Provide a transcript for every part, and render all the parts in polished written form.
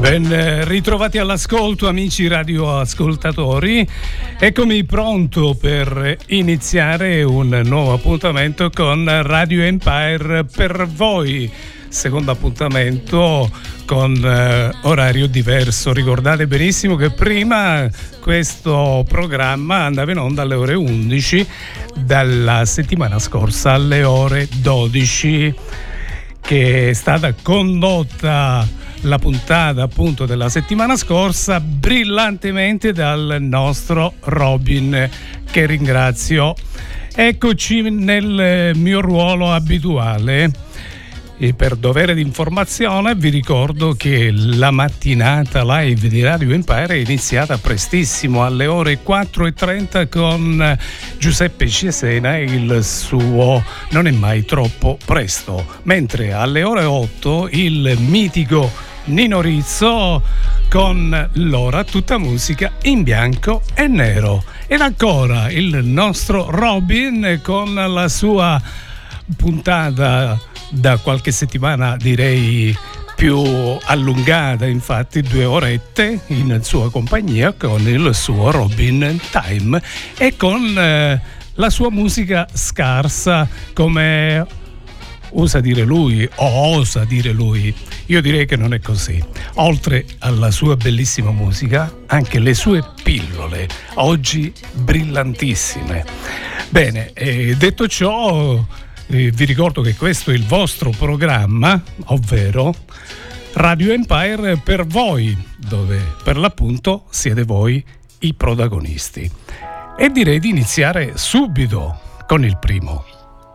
Ben ritrovati all'ascolto, amici radioascoltatori. Eccomi pronto per iniziare un nuovo appuntamento con Radio Empire per voi. Secondo appuntamento con orario diverso. Ricordate benissimo che prima questo programma andava in onda alle ore 11, dalla settimana scorsa alle ore 12, che è stata condotta la puntata appunto della settimana scorsa brillantemente dal nostro Robin, che ringrazio. Eccoci nel mio ruolo abituale. E per dovere di informazione vi ricordo che la mattinata live di Radio Empire è iniziata prestissimo alle ore 4:30 con Giuseppe Cesena e il suo Non è mai troppo presto, mentre alle ore 8 il mitico Nino Rizzo con l'ora tutta musica in bianco e nero, ed ancora il nostro Robin con la sua puntata da qualche settimana, direi più allungata, infatti 2 orette in sua compagnia con il suo Robin Time e con la sua musica scarsa, come usa dire lui o osa dire lui. Io direi che non è così. Oltre alla sua bellissima musica, anche le sue pillole, oggi brillantissime. Bene, detto ciò, vi ricordo che questo è il vostro programma, ovvero Radio Empire per voi, dove per l'appunto siete voi i protagonisti. E direi di iniziare subito con il primo.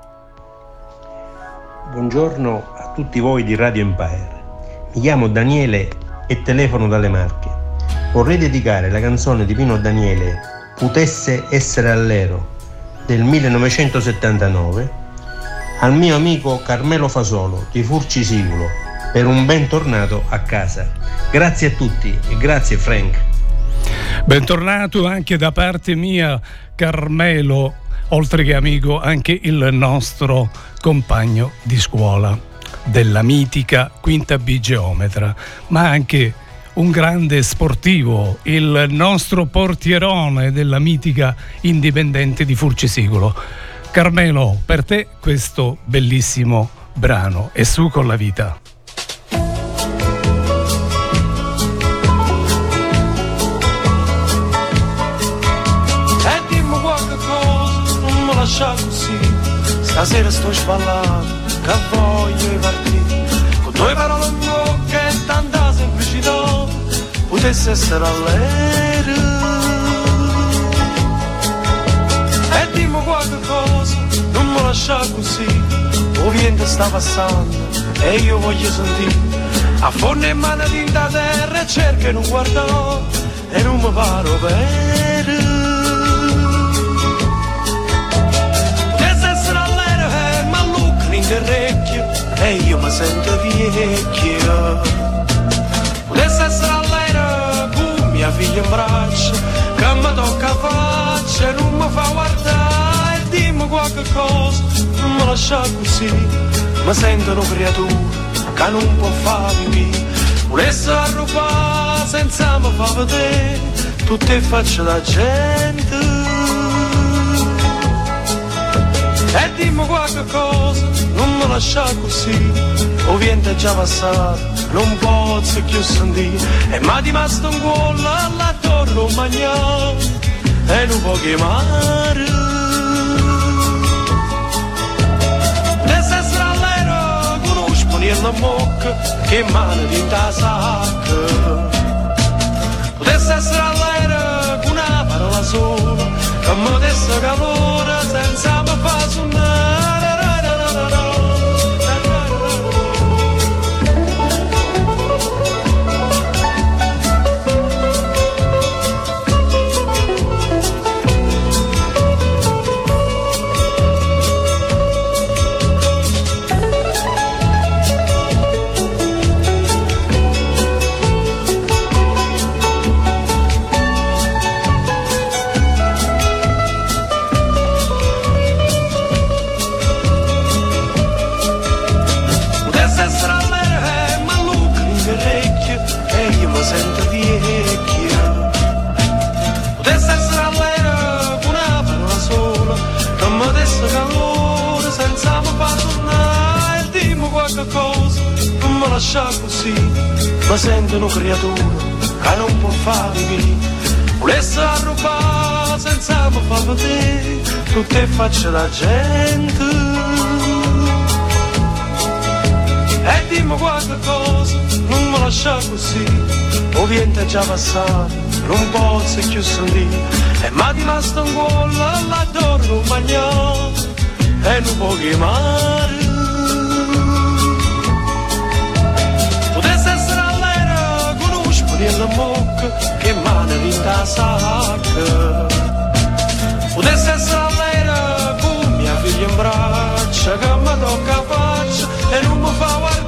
Buongiorno a tutti voi di Radio Empire. Mi chiamo Daniele e telefono dalle Marche. Vorrei dedicare la canzone di Pino Daniele Potesse essere all'ero del 1979 al mio amico Carmelo Fasolo di Furcisigulo per un bentornato a casa. Grazie a tutti e grazie Frank. Bentornato anche da parte mia, Carmelo, oltre che amico anche il nostro compagno di scuola della mitica Quinta B Geometra, ma anche un grande sportivo, il nostro portierone della mitica Indipendente di Furcisigulo. Carmelo, per te questo bellissimo brano, e su con la vita. E dimmi qualche cosa, non mi lascia così. Stasera sto sballato, che voglio partire. Con 2 parole in bocca e tanta semplicità, potesse essere all'aereo. E dimmi qualche cosa, non mi lascia così. O vento sta passando e io voglio sentire. Affonda in mano tinta terra e cerca e non guardo e non mi paro bene. Potesse essere all'aereo e mi alluccano in orecchio e io mi sento vecchio. Potesse essere all'aereo con mia figlia in braccio che mi tocca faccia e non mi fa guardare. E dimmi qualche cosa, non mi lascia così. Mi sento una creatura che non può fare pipì. Volesse arrubare senza mi fa vedere tutte le facce da gente. E dimmi qualche cosa, non mi lascia così. O vento è già passato, non posso più sentire. E mi è rimasto un cuore alla torre un magnano e non può chiamare. Potesse essere all'aereo con uno sponiello in bocca che mano di ta sacca. Potesse essere all'aereo con una parola sola che mi desse calore senza mi fa suonare. qualche cosa, non mi lascia così, ma sento una creatura che non può fare vivere. Volesse rubare senza mi fa vedere tutte facce la gente. E dimmi qualche cosa, non mi lascia così, o viento è già passato, non posso più sentire. E ma di rimasto un cuore, la torno un bagnò, e non può chiamare. Potesse essere all'era, conosco nella bocca, che mano vinta sacca. Potesse essere all'era, con mia figlia in braccia, che mi tocca faccia, e non mi fa guardare.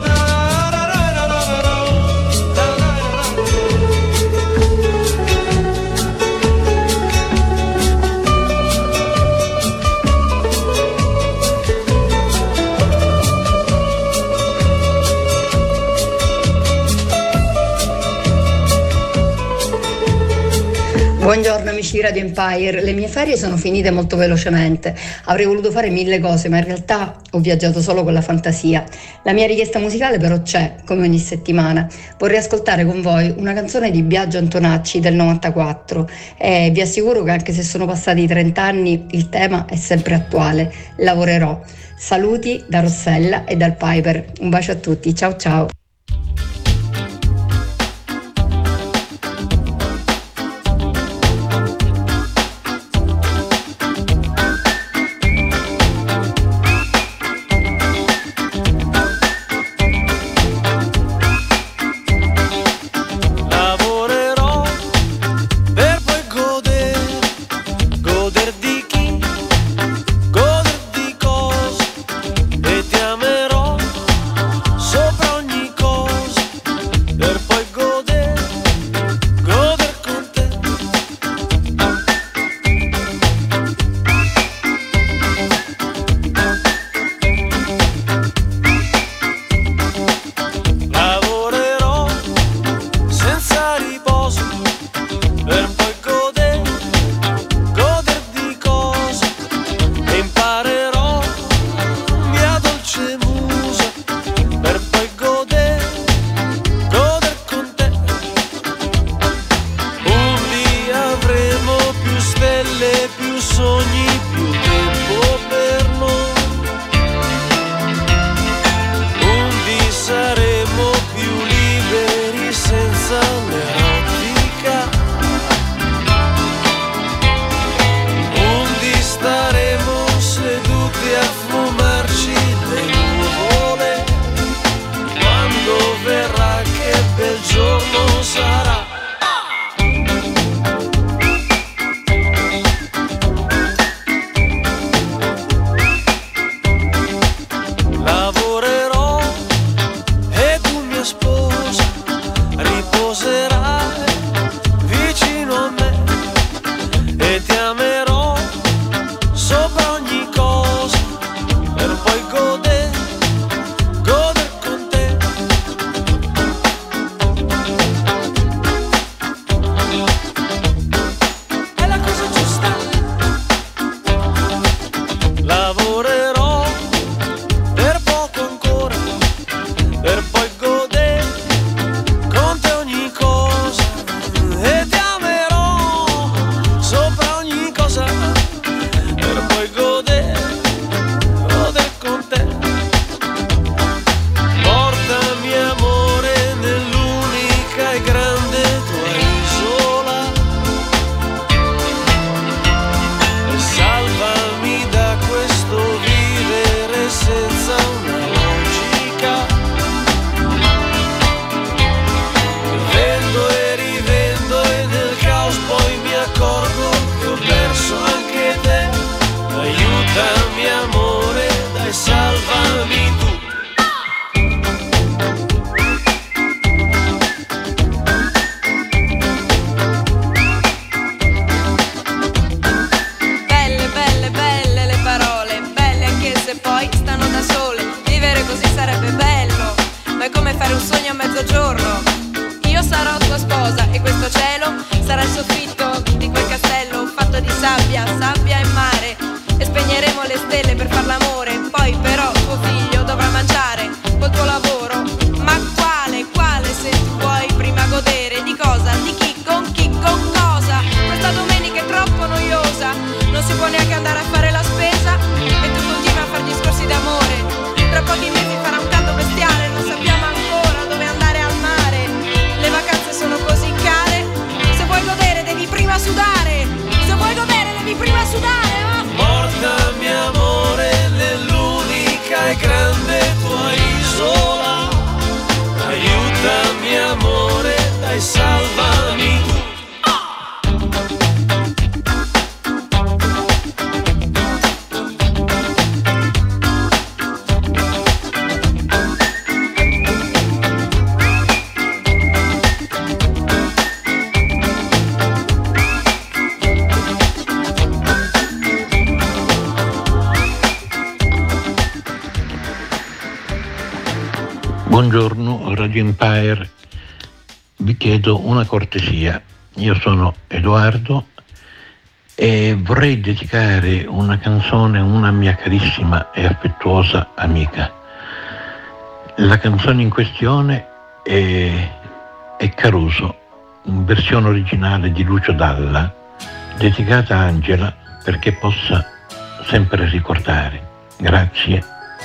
Buongiorno amici di Radio Empire, le mie ferie sono finite molto velocemente, avrei voluto fare 1000 cose ma in realtà ho viaggiato solo con la fantasia. La mia richiesta musicale però c'è, come ogni settimana. Vorrei ascoltare con voi una canzone di Biagio Antonacci del 94 e vi assicuro che anche se sono passati 30 anni il tema è sempre attuale. Lavorerò. Saluti da Rossella e dal Piper, un bacio a tutti, ciao ciao. Goder di cosa e ti amerò sopra ogni cosa. Buongiorno Radio Empire, vi chiedo una cortesia. Io sono Edoardo e vorrei dedicare una canzone a una mia carissima e affettuosa amica. La canzone in questione è Caruso, in versione originale di Lucio Dalla, dedicata a Angela perché possa sempre ricordare. Grazie.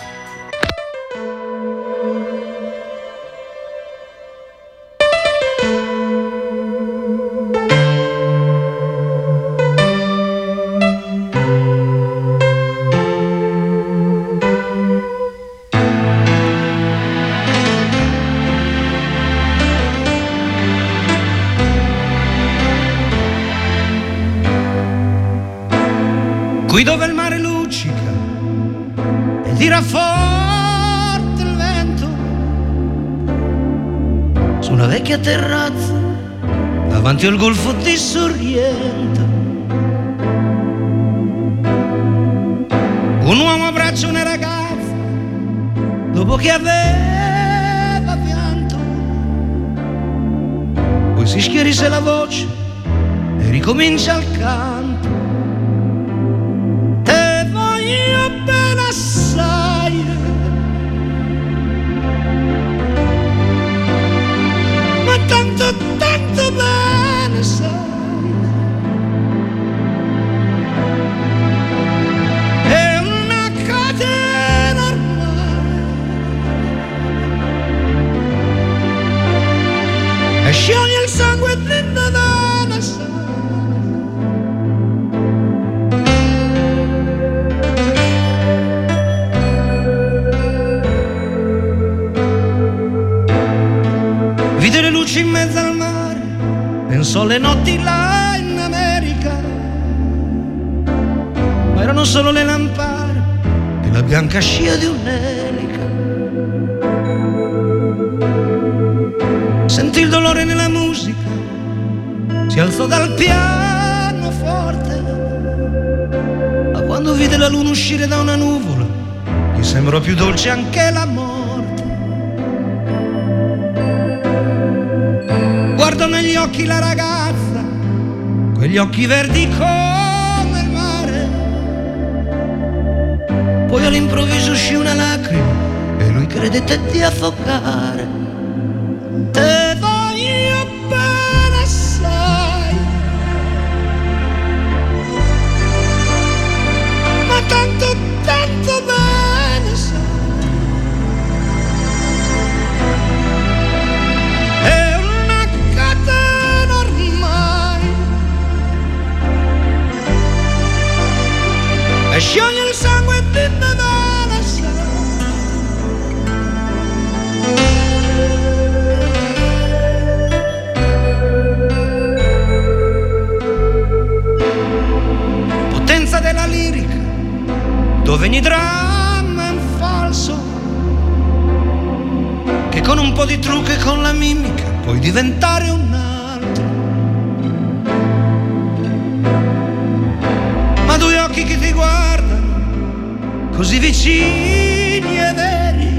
Qui dove il mare luccica e tira forte il vento, su una vecchia terrazza davanti al golfo di Sorrento, un uomo abbraccia una ragazza dopo che aveva pianto, poi si schierisse la voce e ricomincia il canto. Tanto bene sai, è una catena ormai, e scioglie il sangue dentro da sai. Vide le luci in mezzo al mare, pensò alle notti là in America, ma erano solo le lampade e la bianca scia di un'elica. Sentì il dolore nella musica, si alzò dal pianoforte, ma quando vide la luna uscire da una nuvola, gli sembrò più dolce anche la morte. Guardò negli occhi la ragazza, quegli occhi verdi come il mare, poi all'improvviso uscì una lacrima e lui credette di affogare. Te voglio bene assai, ma tanto bene sai. E scioglie il sangue dentro da sai. Potenza della lirica, dove ogni dramma è un falso, che con un po' di trucco e con la mimica puoi diventare un altro. Ma due occhi che ti guardano, così vicini e veri,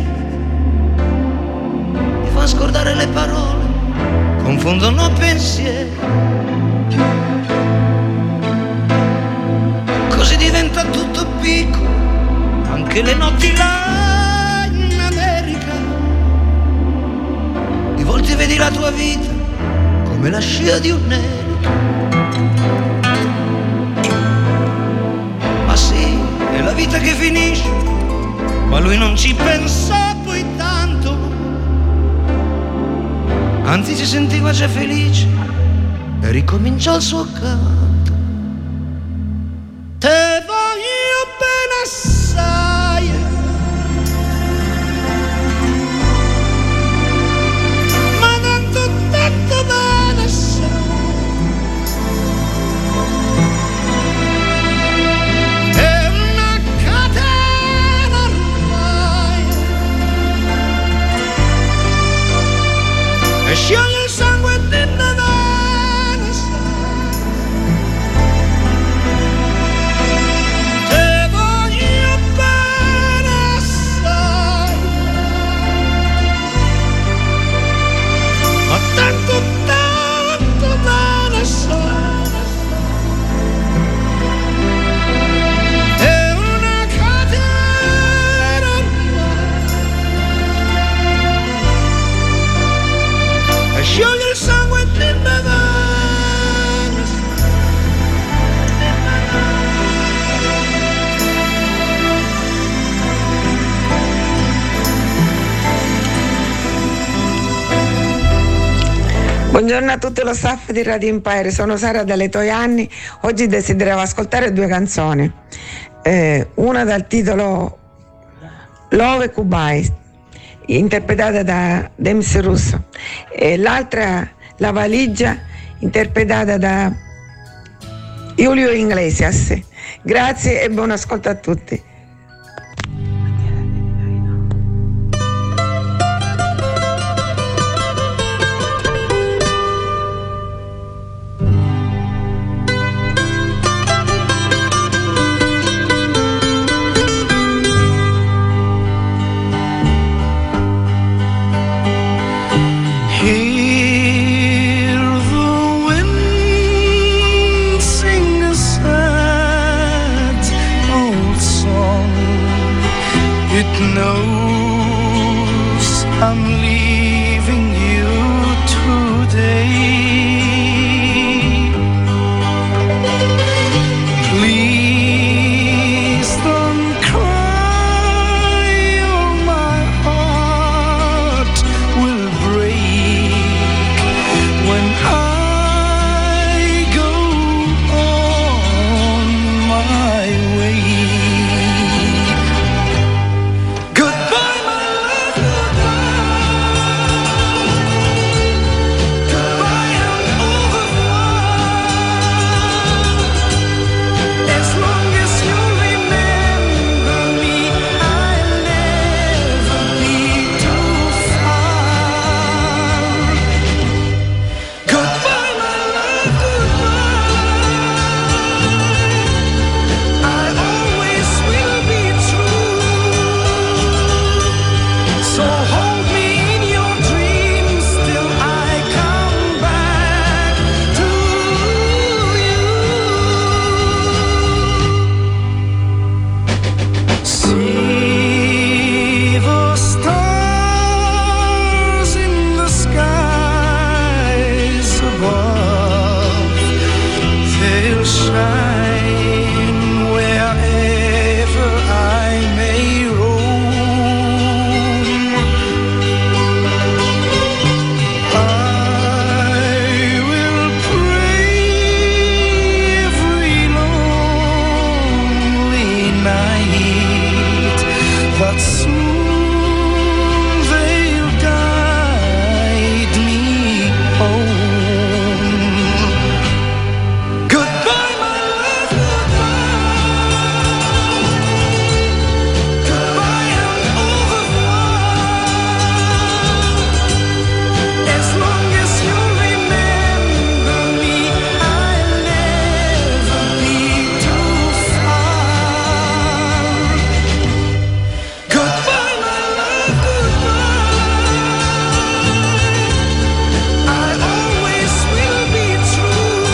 ti fa scordare le parole, confondono pensieri. Così diventa tutto piccolo, anche le notti là in America. Di volte vedi la tua vita come la scia di un'elica. Sì, è la vita che finisce, ma lui non ci pensò poi tanto, anzi si sentiva già felice e ricominciò il suo canto. Te voglio bene assai, ma tanto bene assai. E scioglie il sangue dentro da sai. Te voglio bene assai, Buongiorno a tutto lo staff di Radio Empire, sono Sara dalle Toianni. Oggi desideravo ascoltare 2 canzoni, una dal titolo Love Kubai, interpretata da Demis Russo, e l'altra La valigia, interpretata da Julio Iglesias. Grazie e buon ascolto a tutti. knows I'm leaving you today. Please don't cry or my heart will break when I go on my way. Goodbye, my love, goodbye. Goodbye and au revoir. As long as you remember me, I'll never be too far. Goodbye, my love, goodbye. I always will be true. So hold me in your dreams till I come back to you. See the stars in the skies above. They'll shine wherever I may roam. I will pray every lonely night that soon they'll guide me home. Goodbye, my love, goodbye. Goodbye and au revoir. As long as you remember me, I'll never be too far. Goodbye, my love, goodbye. I always will be true.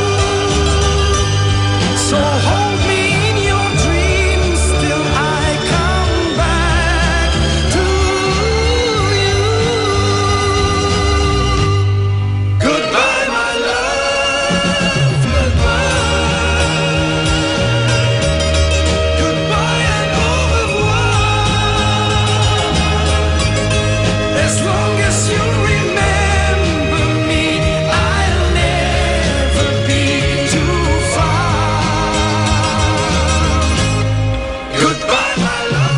So hold me in your dreams till I come back to you. Goodbye, my love, goodbye. Goodbye and au revoir. As long as you remember me, I'll never be too far. Goodbye, my love,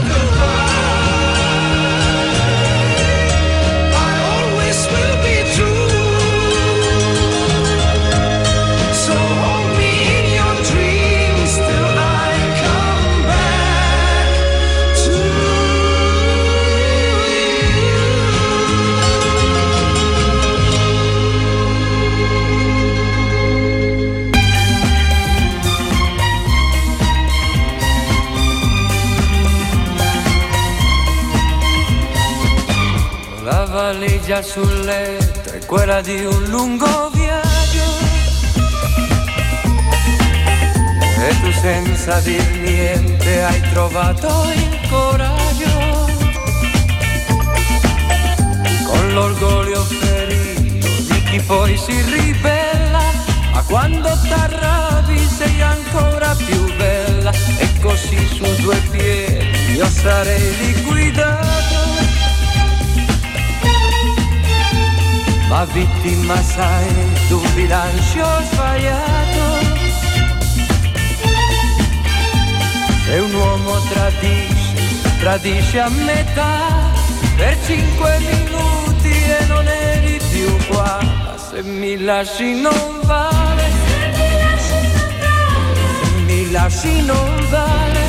goodbye. I always will be true. So hold me in your dreams till I come back to you. La valigia sul letto è quella di un lungo viaggio e tu senza dir niente hai trovato il coraggio, con l'orgoglio ferito di chi poi si ribella, ma quando t'arrabbi sei ancora più bella, e così su 2 piedi io sarei liquidato. Ma vittima sai d'un bilancio sbagliato. Se un uomo tradisce a metà per 5 minuti e non eri più qua, ma se mi lasci non vale, se mi lasci non vale,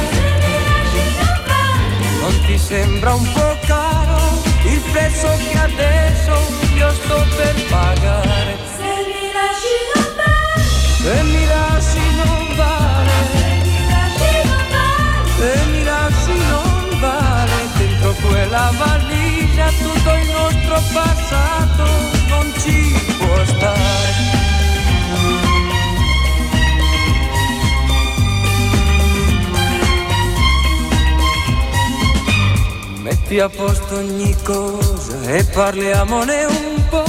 non ti sembra un po' caro il prezzo che adesso io sto per pagare? Se mi lasci non vale, se mi lasci non vale, se mi lasci non vale, dentro quella valigia tutto il nostro passato non ci può stare. Metti a posto ogni cosa e parliamone un po'.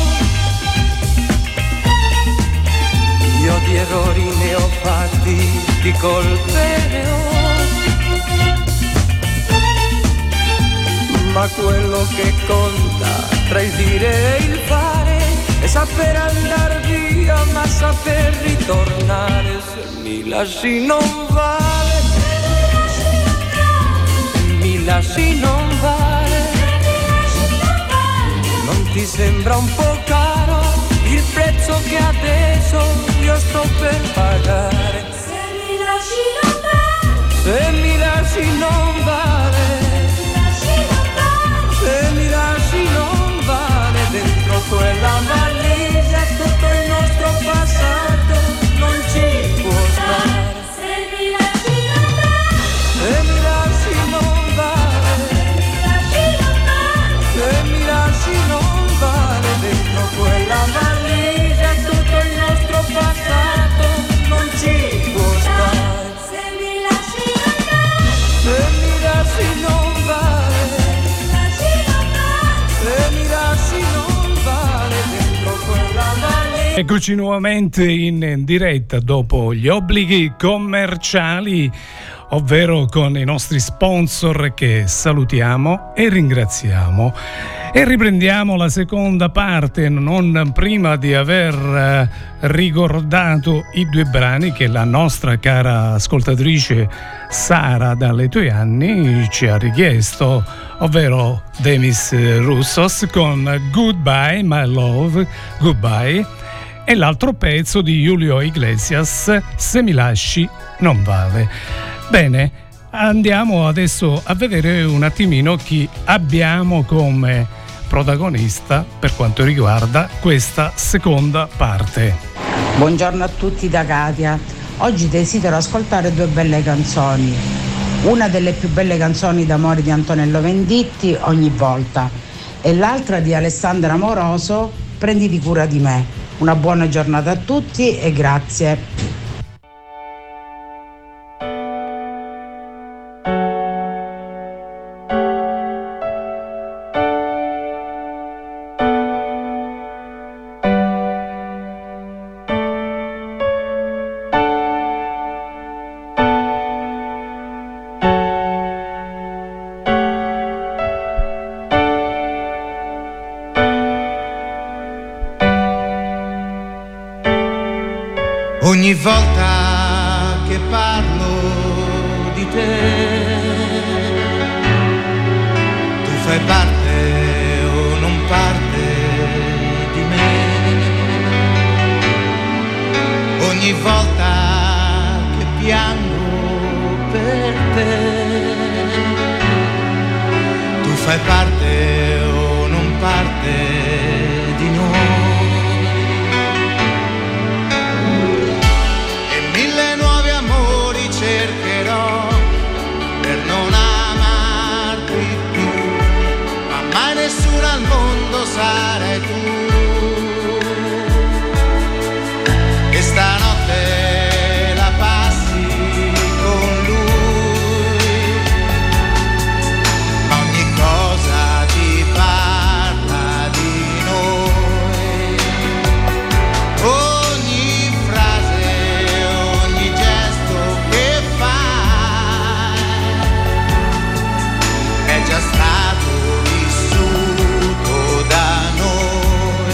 Io di errori ne ho fatti, di colpe ne ho, ma quello che conta tra il dire e il fare è saper andare via ma saper ritornare. Se mi lasci non vale, mi lasci non vale, non ti sembra un po' caro il prezzo che adesso io sto per pagare? Se mi lasci non vale, se mi lasci non vale, se mi lasci non vale, dentro quella valigia tutto il nostro passato non ci può stare. Se mi lasci non vale, se mi lasci non vale, se mi lasci non vale, dentro quella valigia tutto il nostro passato non ci può stare. Se mi lasci non vale, se mi lasci non vale, se mi lasci non vale, dentro quella valigia. Eccoci nuovamente in diretta dopo gli obblighi commerciali, ovvero con i nostri sponsor che salutiamo e ringraziamo. E riprendiamo la seconda parte, non prima di aver ricordato i due brani che la nostra cara ascoltatrice Sara dalle tue anni ci ha richiesto, ovvero Demis Roussos con Goodbye My Love, Goodbye, e l'altro pezzo di Julio Iglesias, Se mi lasci non vale. Bene, andiamo adesso a vedere un attimino chi abbiamo come protagonista per quanto riguarda questa seconda parte. Buongiorno a tutti da Katia. Oggi desidero ascoltare due belle canzoni. Una delle più belle canzoni d'amore di Antonello Venditti, Ogni volta, e l'altra di Alessandra Moroso, Prenditi cura di me. Una buona giornata a tutti e grazie. Ogni volta che parlo di te, tu fai parte o non parte di me. Ogni volta che piango per te, tu fai parte o non parte di noi. Cercherò per non amarti più, ma mai nessuno al mondo sarai tu. E stanotte la passi con lui, ma ogni cosa ti parla di noi. Ogni frase, ogni gesto che fai è già stato vissuto da noi.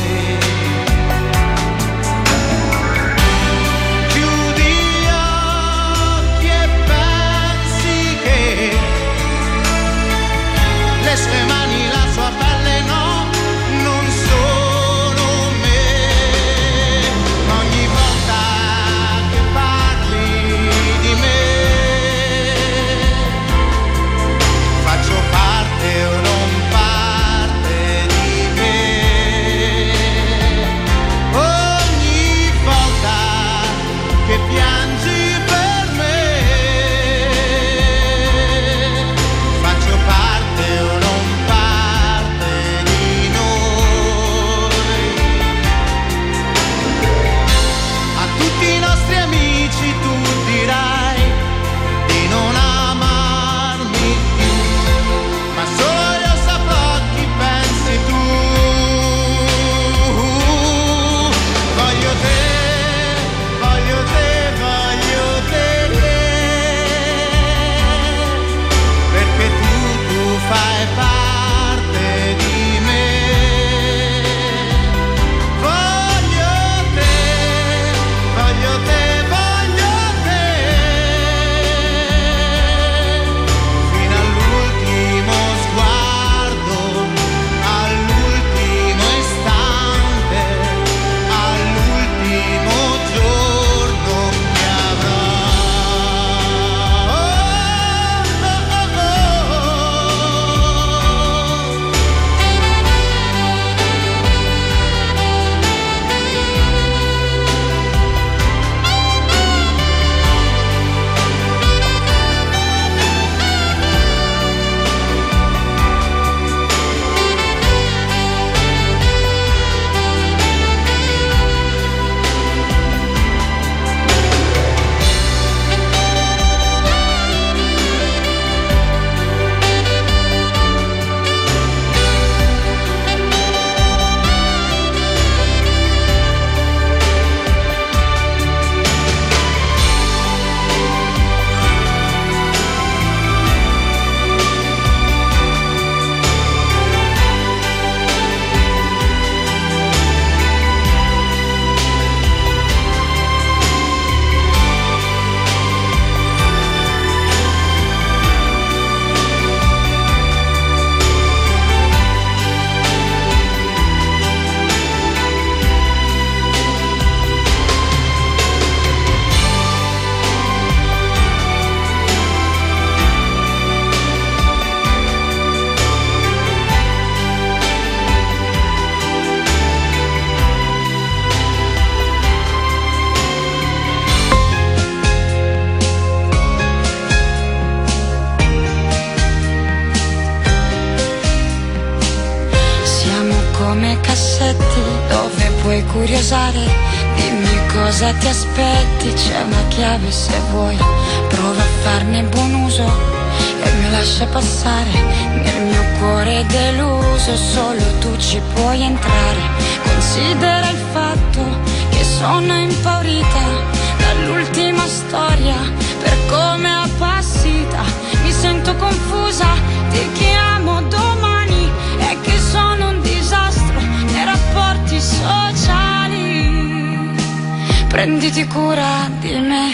come cassetti dove puoi curiosare. Dimmi cosa ti aspetti, c'è una chiave se vuoi. Prova a farne buon uso e mi lascia passare. Nel mio cuore deluso solo tu ci puoi entrare. Considera il fatto che sono impaurita dall'ultima storia, per come è appassita. Mi sento confusa, ti chiamo domani, è che sono un disastro nei rapporti sociali. Prenditi cura di me,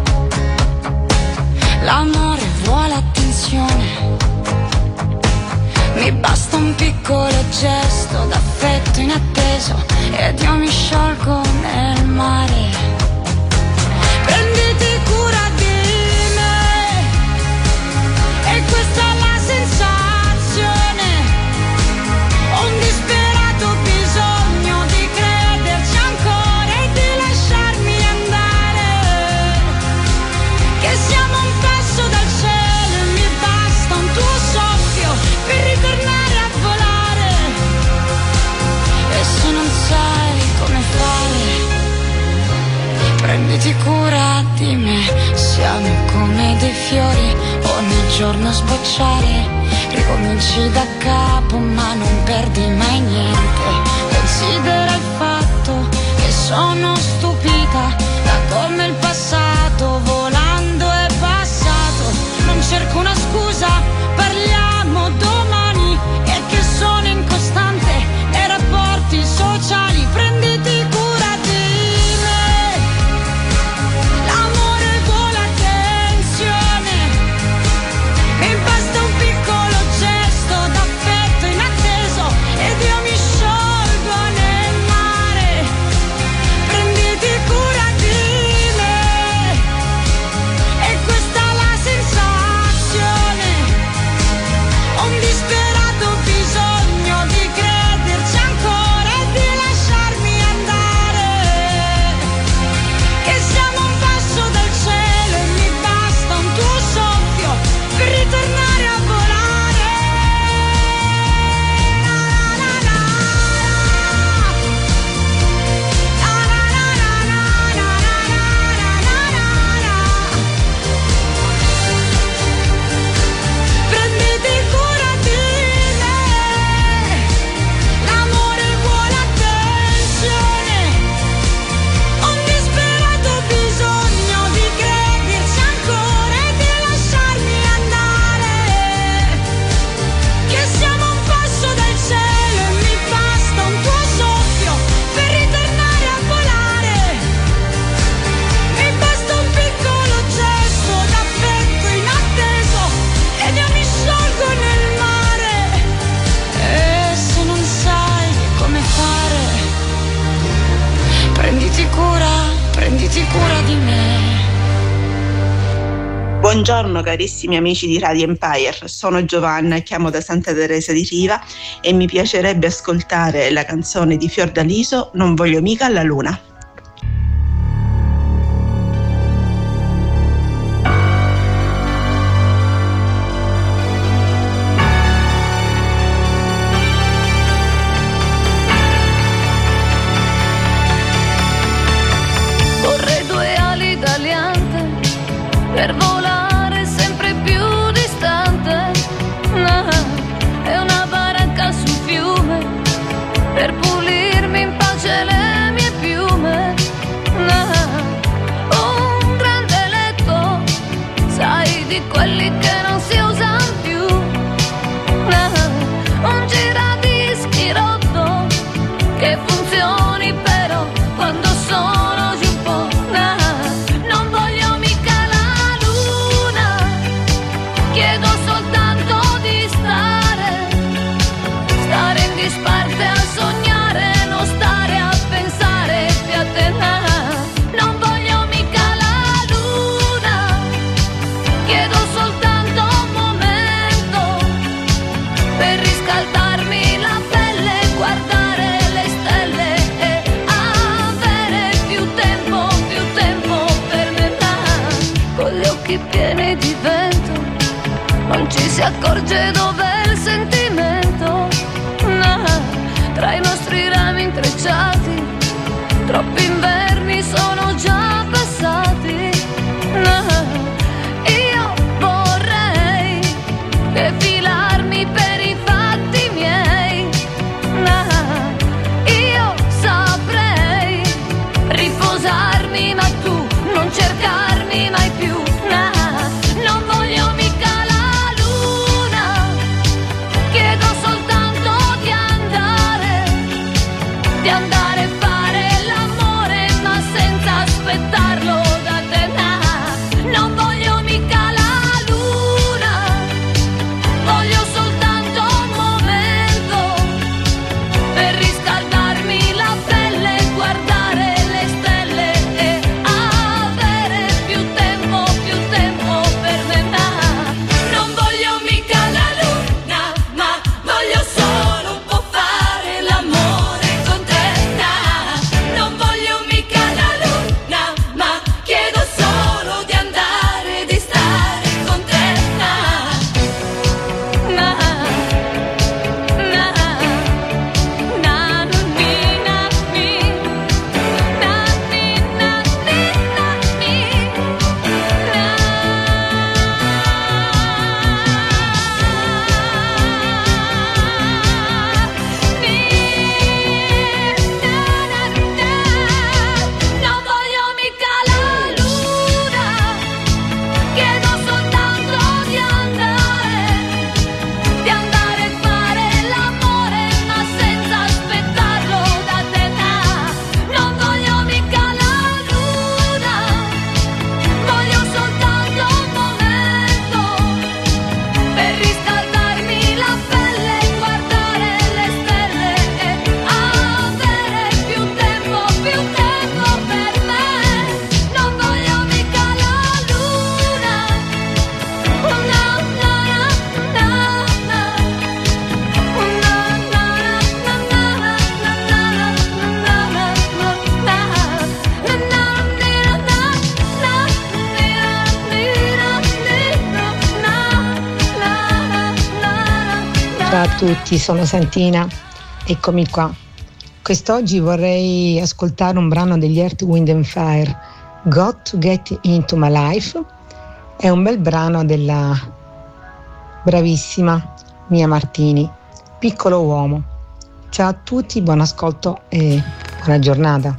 l'amore vuole attenzione. Mi basta un piccolo gesto d'affetto inatteso ed io mi sciolgo nel mare. Prenditi cura di me, e questa è la sensazione. Ho un disperato bisogno di crederci ancora e di lasciarmi andare. Che siamo un passo dal cielo e mi basta un tuo soffio per ritornare a volare. E se non sai come fare, prenditi cura di me. Siamo come dei fiori, ogni giorno sbocciare. Ricominci da capo ma non perdi mai niente. Considera il fatto che sono stupita da come il passato volando è passato. Non cerco una scusa, parliamo domani. E che sono incostante nei rapporti sociali. Prenditi cura di me, l'amore vuole attenzione. Mi basta un piccolo gesto d'affetto inatteso ed io mi sciolgo nel mare. Prenditi cura di me, e questa è la sensazione. Ho un disperato bisogno di crederci ancora e di lasciarmi andare. Che siamo un passo dal cielo e mi basta un tuo soffio per ritornare a volare. Prenditi cura di me, l'amore vuole attenzione. Ho un disperato bisogno di crederci ancora e di lasciarmi andare. Che siamo un passo dal cielo e mi basta un tuo soffio per ritornare a volare. Mi basta un piccolo gesto d'affetto inatteso ed io mi sciolgo nel mare. E se non sai come fare, prenditi cura di me. Buongiorno carissimi amici di Radio Empire, sono Giovanna, chiamo da Santa Teresa di Riva e mi piacerebbe ascoltare la canzone di Fiordaliso, Non voglio mica alla luna. Vorrei due ali d'aliante per volare sempre più distante, e una baracca sul fiume per pulirmi in pace le mie piume, un grande letto, sai, di quelli che non si usano più, un giradischi rotto che funzioni però quando sono giù un po', non voglio mica la luna, chiedo soltanto di stare in disparte a sognare, non stare a pensare più a te, non voglio mica la luna, chiedo soltanto un momento per riscaldarmi la pelle, guardare le stelle e avere più tempo per me, con gli occhi pieni di vento non ci si accorge dov'è il sentimento, tra troppi inverni sono già passati. Io vorrei defilarmi per i fatti miei. Io saprei riposarmi, ma tu non cercarmi mai più. Non voglio mica la luna, chiedo soltanto di andare a fare l'amore, ma senza aspettarlo da te. Non voglio mica la luna, voglio soltanto un momento per riscaldarmi la pelle, guardare le stelle e avere più tempo per me. Non voglio mica la luna, ma voglio solo un po' fare l'amore con te. Non voglio mica la luna, ma chiedo solo di andare, di stare con te. Non voglio mica la luna, chiedo soltanto di andare a fare l'amore, ma senza aspettarlo da te. Non voglio mica la luna, voglio soltanto un momento per riscaldarmi la pelle, guardare le stelle e avere più tempo per me. Non voglio mica la luna, Ciao a tutti, sono Santina, eccomi qua. Quest'oggi vorrei ascoltare un brano degli Earth, Wind and Fire, Got to Get Into My Life. È un bel brano della bravissima Mia Martini, Piccolo Uomo. Ciao a tutti, buon ascolto e buona giornata.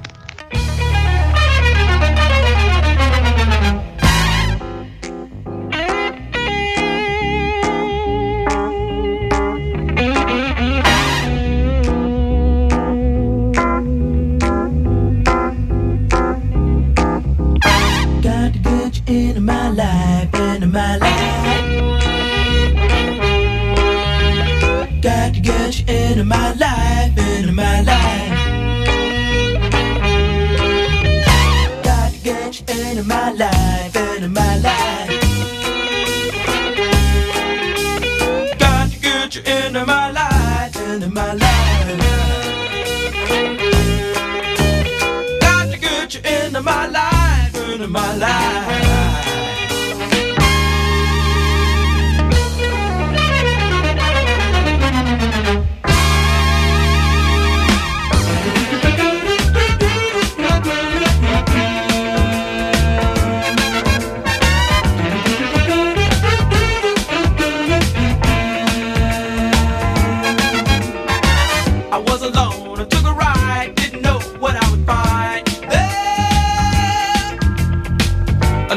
Got to get you into my life, into my life. Got to get you into my life, into my life. Got to get you into my life, into my life. Got to get you into my life, into my life. Got to get you into my life, into my life. I was alone, I took a ride, didn't know what I would find. There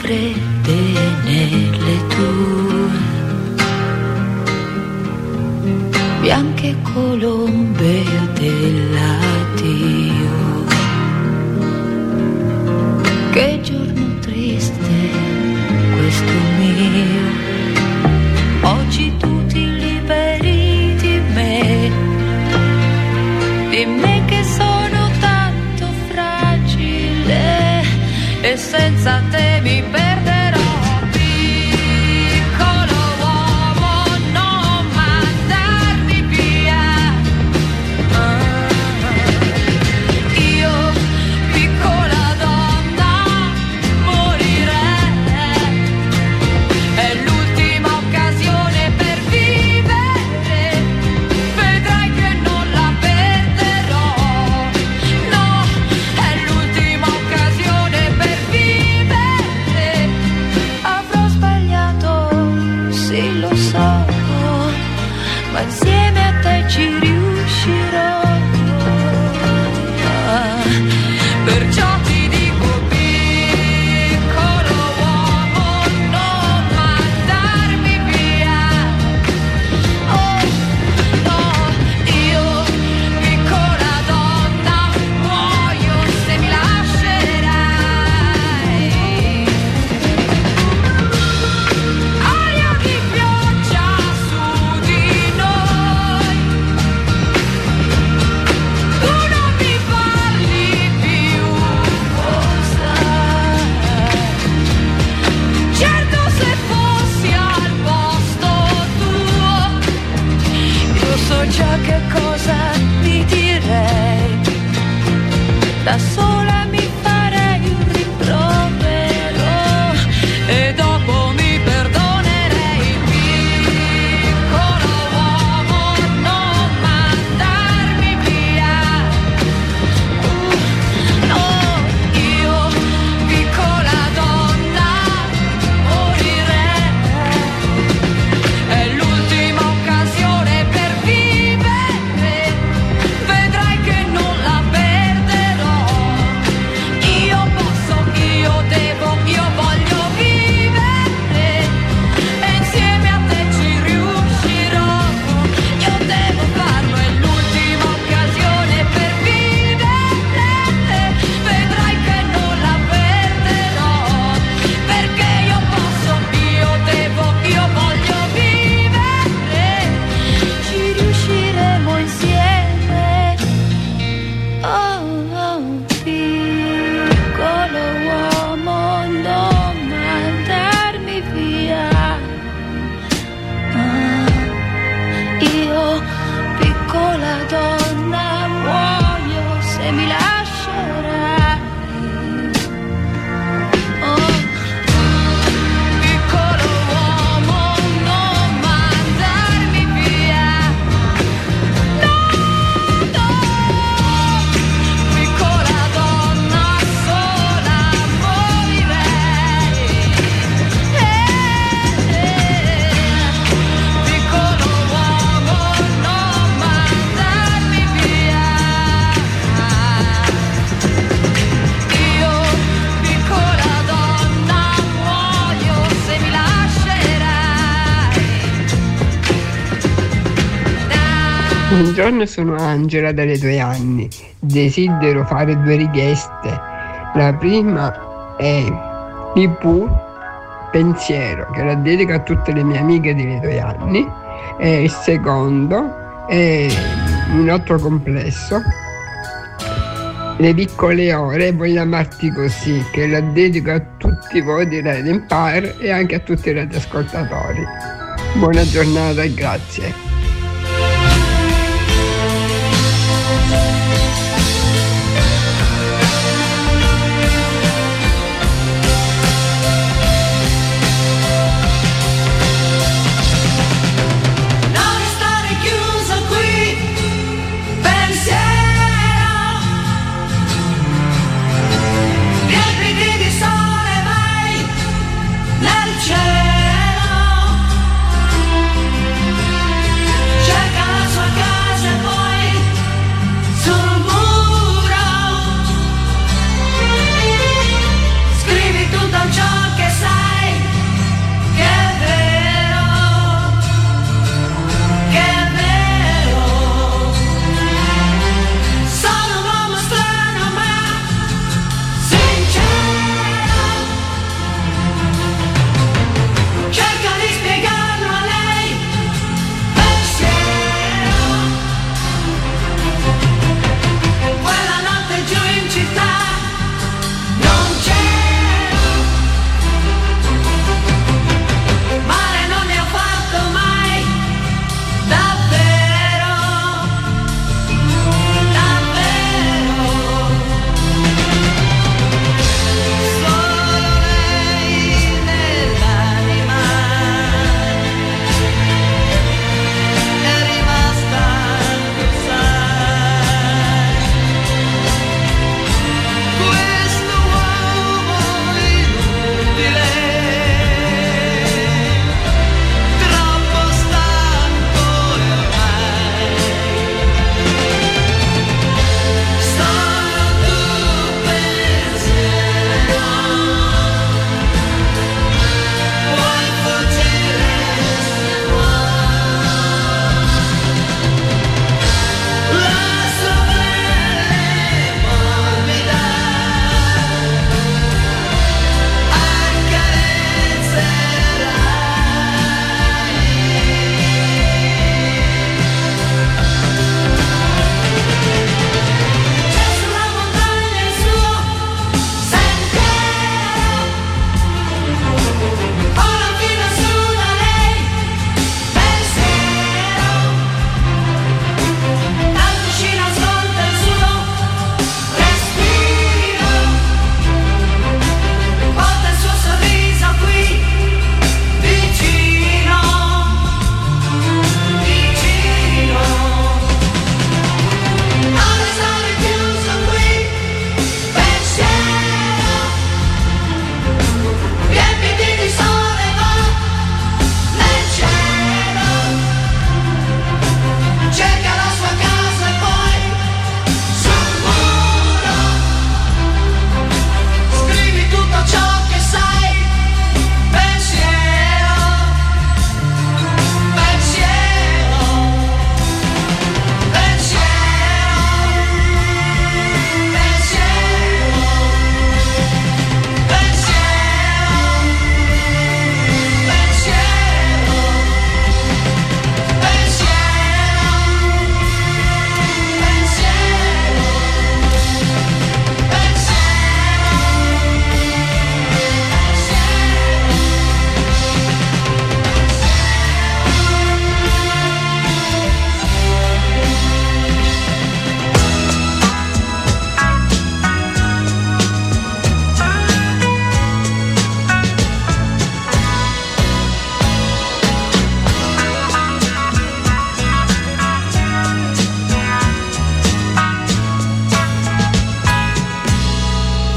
fredde nelle tue bianche colombe dell'addio. Che giorno triste questo mio, oggi tu ti liberi di me che sono tanto fragile e senza te mi perderò. Piccolo uomo, non mandarmi via. Io, piccola donna, morirei. È l'ultima occasione per vivere. Vedrai che non la perderò. No, è l'ultima occasione per vivere. Avrò sbagliato, sì lo so, ma insieme a te ci riuscirò. Perciò ti dico, piccolo uomo, non mandarmi via. Oh no, io, piccola donna, muoio se mi lascerai. Aria di pioggia su di noi, tu non mi parli più, sai. Certo, se fossi al posto tuo, io so già che cosa mi direi. Da sola mi farei un rimprovero e dopo mi perdonerei. Piccolo uomo, non mandarmi via. No, io, piccola donna, morirei. È l'ultima occasione per vivere. Vedrai che non la perderò. Io posso, io devo, io voglio vivere. E insieme a te ci riuscirò. Io devo farlo, è l'ultima occasione per vivere. Vedrai che non la perderò. Perché io posso, io devo, io voglio vivere. Ci riusciremo insieme. Oh, oh, piccolo uomo, non mandarmi via. Io, piccola donna, muoio se mi lascerai. Oh, piccolo uomo, non mandarmi via. No, no, piccola donna, sola morirei. Piccolo uomo, non mandarmi via. Io, piccola donna, muoio se mi lascerai. Buongiorno, sono Angela dalle 2 anni. Desidero fare 2 richieste. La prima è Nipur Pensiero, che la dedico a tutte le mie amiche delle 2 anni. E il secondo è un altro complesso, Le piccole ore, voglio amarti così, che la dedico a tutti voi di Radio Empire e anche a tutti i radioascoltatori. Buona giornata e grazie. Cielo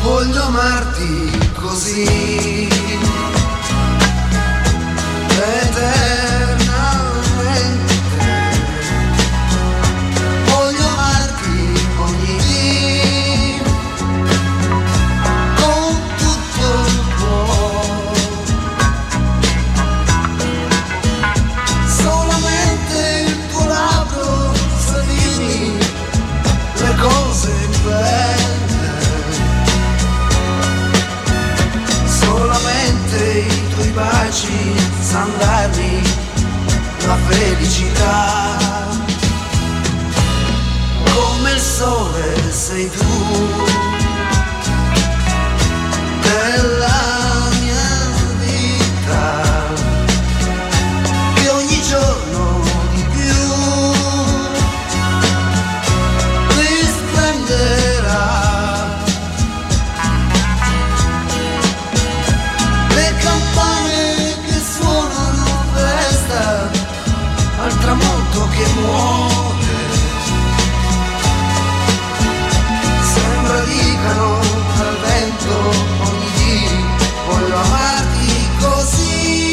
voglio amarti così eternamente, voglio amarti ogni dì con tutto il cuore, solamente il tuo labbro sa dirmi le cose belle, solamente i tuoi baci san darmi la felicità, come il sole sei tu della mia vita, che ogni giorno di più risplenderà. Le campane che suonano festa al tramonto che muore, sembra dicano al vento ogni dì voglio amarti così.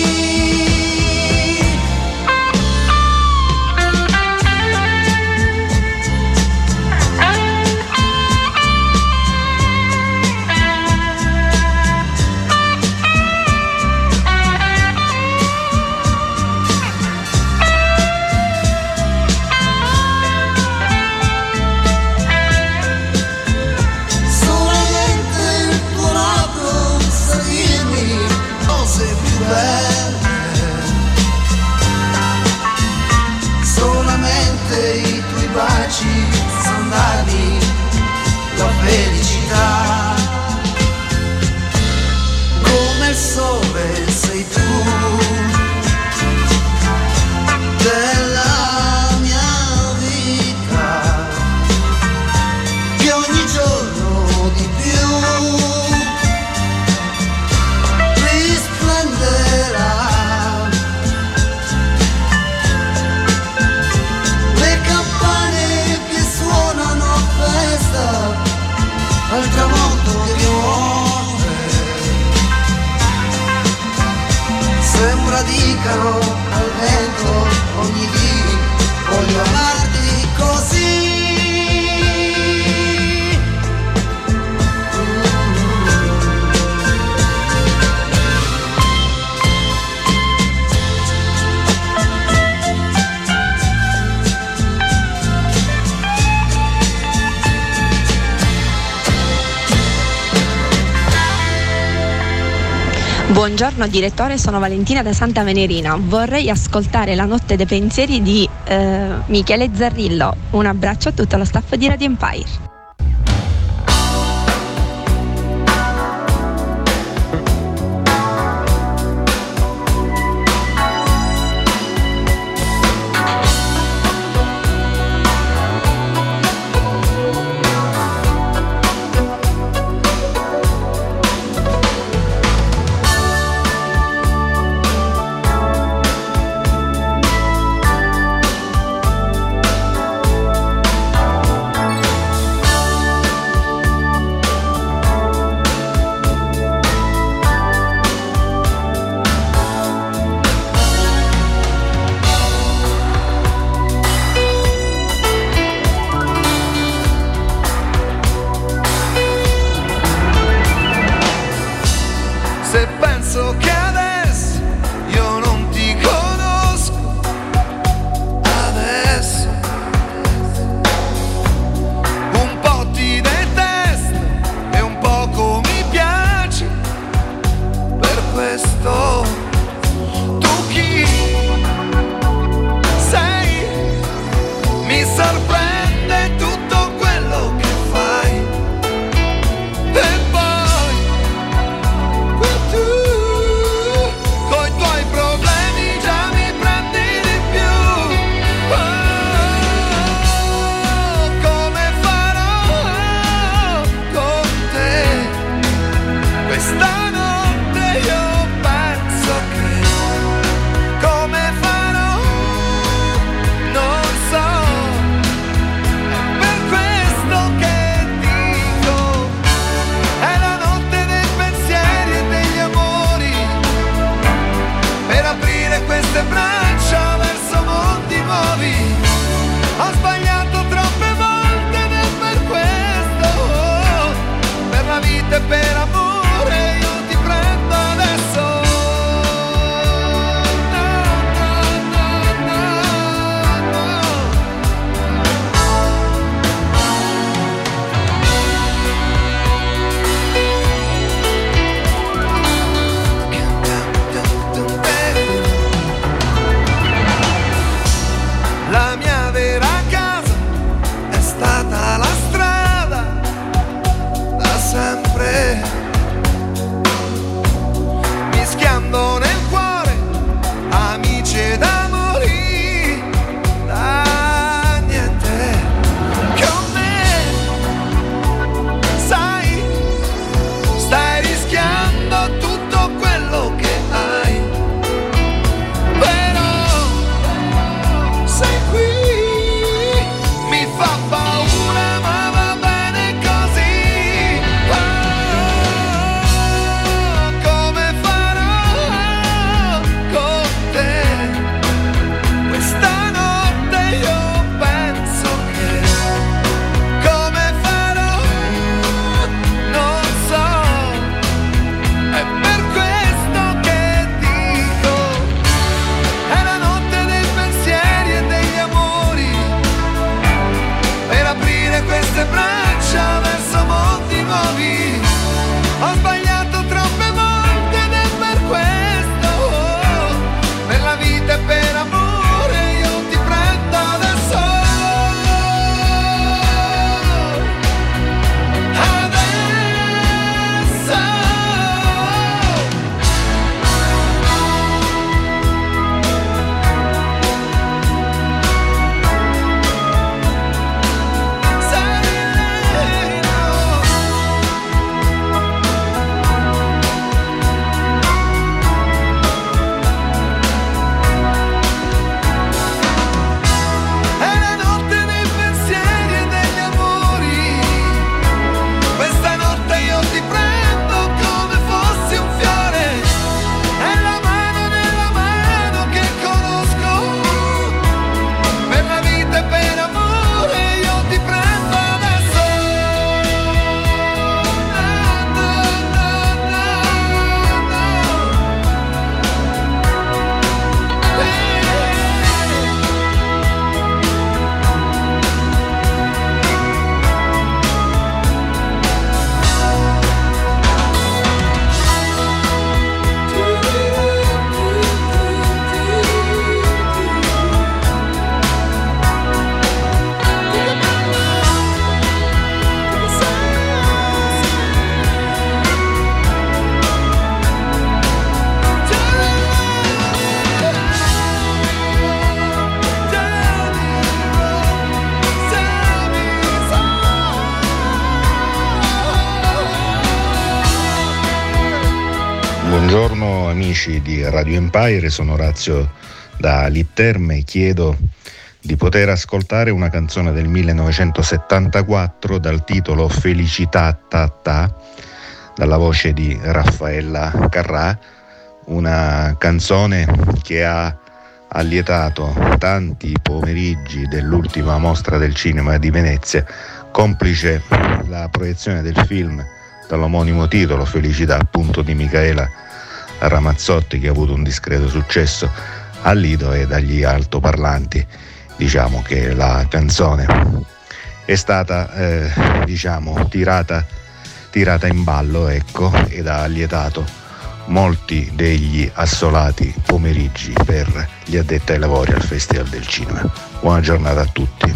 Solamente il tuo labbro sa dirmi cose più belle, solamente i tuoi baci san darmi la felicità, come il sole sei tu della mia vita, che ogni giorno di più risplenderà. Le campane che suonano a festa al tramonto che muore, sembra dicano al vento ogni dì voglio amarti così. Buongiorno direttore, sono Valentina da Santa Venerina. Vorrei ascoltare La notte dei pensieri di Michele Zarrillo. Un abbraccio a tutto lo staff di Radio Empire. Buongiorno amici di Radio Empire, sono Orazio da Litterme e chiedo di poter ascoltare una canzone del 1974 dal titolo Felicità Ta, dalla voce di Raffaella Carrà, una canzone che ha allietato tanti pomeriggi dell'ultima mostra del cinema di Venezia, complice la proiezione del film dall'omonimo titolo Felicità, appunto, di Micaela Ramazzotti, che ha avuto un discreto successo al Lido, e dagli altoparlanti diciamo che la canzone è stata tirata in ballo, ecco, ed ha allietato molti degli assolati pomeriggi per gli addetti ai lavori al Festival del Cinema. Buona giornata a tutti.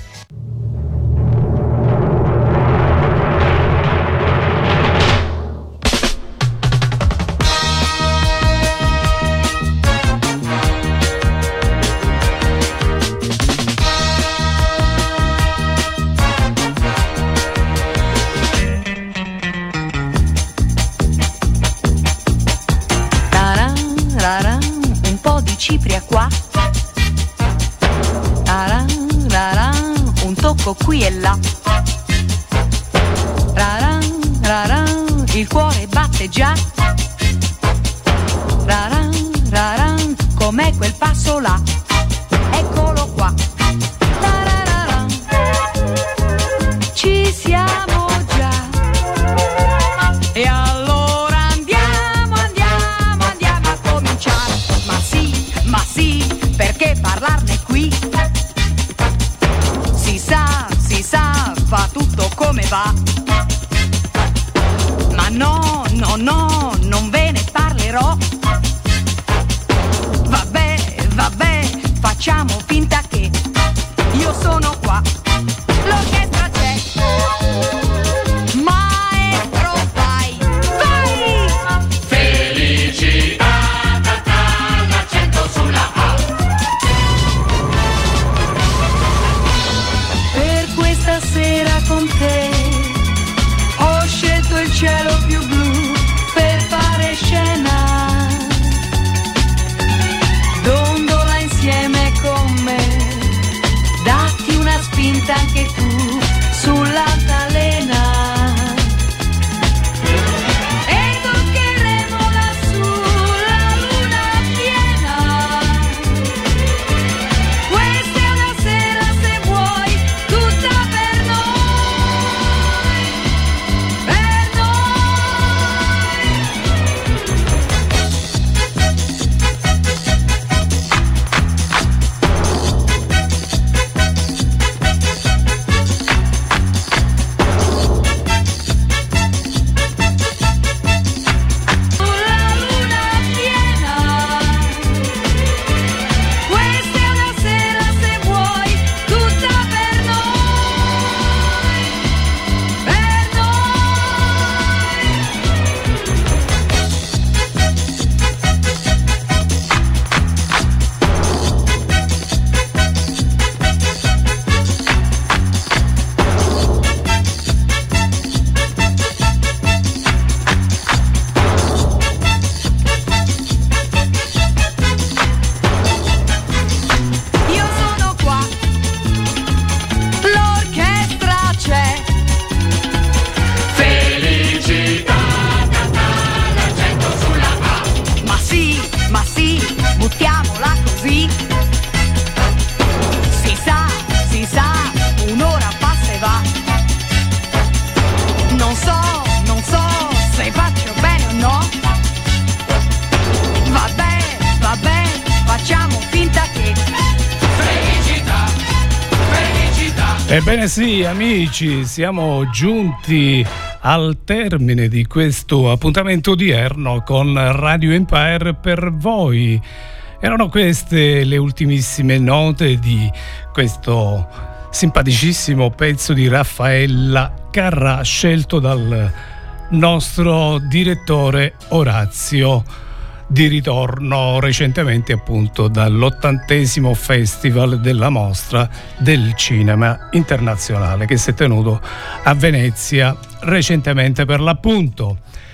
Cipria qua, raran, raran, un tocco qui e là, raran, raran, il cuore batte già, raran, raran, com'è quel passo là, eccolo qua, raran, ci siamo già, e allora andiamo a cominciare. Ma sì, perché parlarne qui? Si sa, fa tutto come va. Ma no, non ve ne parlerò. Vabbè, facciamo finta che io sono qua. L'orchestra c'è. Maestro, vai! Felicità! Stasera con te ho scelto il cielo più blu per fare scena, dondola insieme con me, datti una spinta anche tu sull'altalena. E toccheremo lassù la luna piena. Questa è una sera, se vuoi, tutta per noi, per noi. La luna piena. Questa è una sera, se vuoi, tutta per noi, per noi. Io sono qua, l'orchestra c'è. Felicità, l'accento sulla A. Ma sì, buttiamola così. Si sa, un'ora passa e va. Non so se faccio bene o no. Vabbè, facciamo finta che felicità. Ebbene sì, amici, siamo giunti al termine di questo appuntamento odierno con Radio Empire per voi. Erano queste le ultimissime note di questo simpaticissimo pezzo di Raffaella Carrà, scelto dal nostro direttore Orazio, di ritorno recentemente appunto dall'80° Festival della Mostra del Cinema Internazionale che si è tenuto a Venezia recentemente per l'appunto.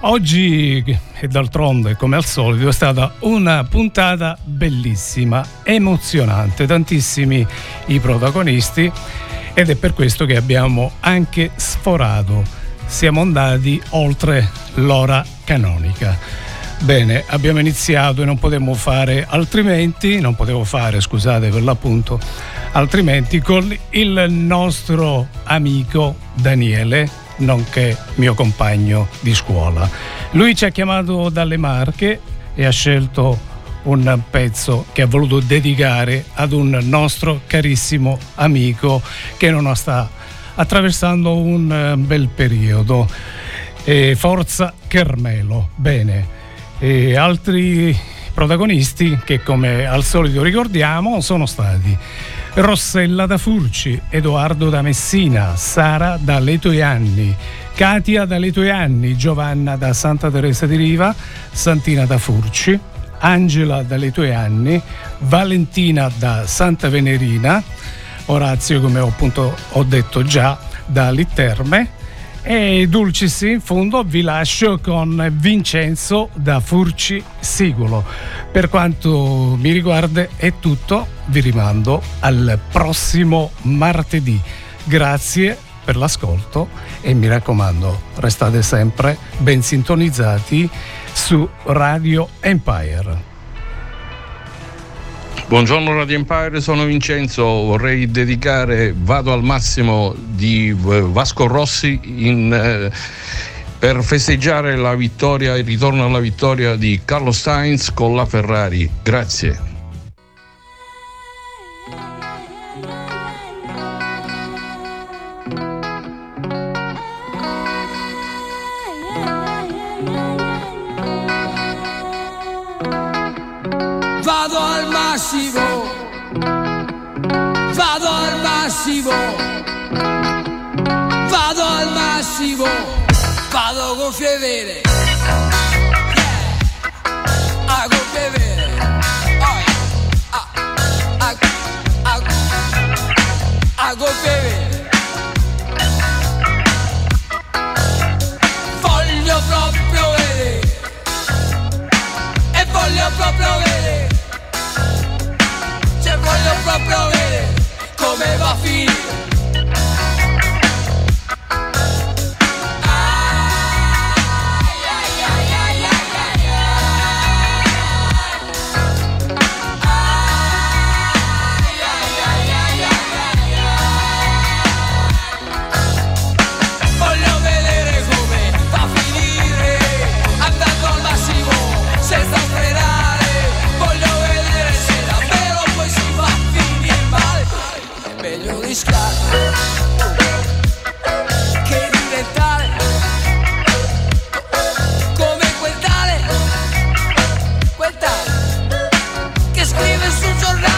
Oggi, e d'altronde come al solito, è stata una puntata bellissima, emozionante, tantissimi i protagonisti, ed è per questo che abbiamo anche sforato, siamo andati oltre l'ora canonica. Bene, abbiamo iniziato e non potevo fare, scusate per l'appunto, altrimenti con il nostro amico Daniele, nonché mio compagno di scuola. Lui ci ha chiamato dalle Marche e ha scelto un pezzo che ha voluto dedicare ad un nostro carissimo amico che non sta attraversando un bel periodo. Forza Carmelo. Bene. E altri protagonisti che, come al solito ricordiamo, sono stati Rossella da Furci, Edoardo da Messina, Sara da Letojanni, Katia da Letojanni, Giovanna da Santa Teresa di Riva, Santina da Furci, Angela da Letojanni, Valentina da Santa Venerina, Orazio, come ho detto già, da Litterme, e Dulcis in fondo vi lascio con Vincenzo da Furci Sigulo. Per quanto mi riguarda è tutto, vi rimando al prossimo martedì. Grazie per l'ascolto e mi raccomando, restate sempre ben sintonizzati su Radio Empire. Buongiorno Radio Empire, sono Vincenzo, vorrei dedicare Vado al massimo di Vasco Rossi per festeggiare la vittoria, il ritorno alla vittoria di Carlos Sainz con la Ferrari. Grazie. Vado al massimo, vado al massimo, vado al massimo, vado con fievere, a con fievere, a con fievere, voglio proprio vedere, e voglio proprio vedere. Voglio proprio vedere come va a finire. Voglio vedere come va a finire, andando al massimo senza frenare. Voglio vedere se davvero poi si va a finire male. È meglio rischiare che diventare come quel tale che scrive sul giornale.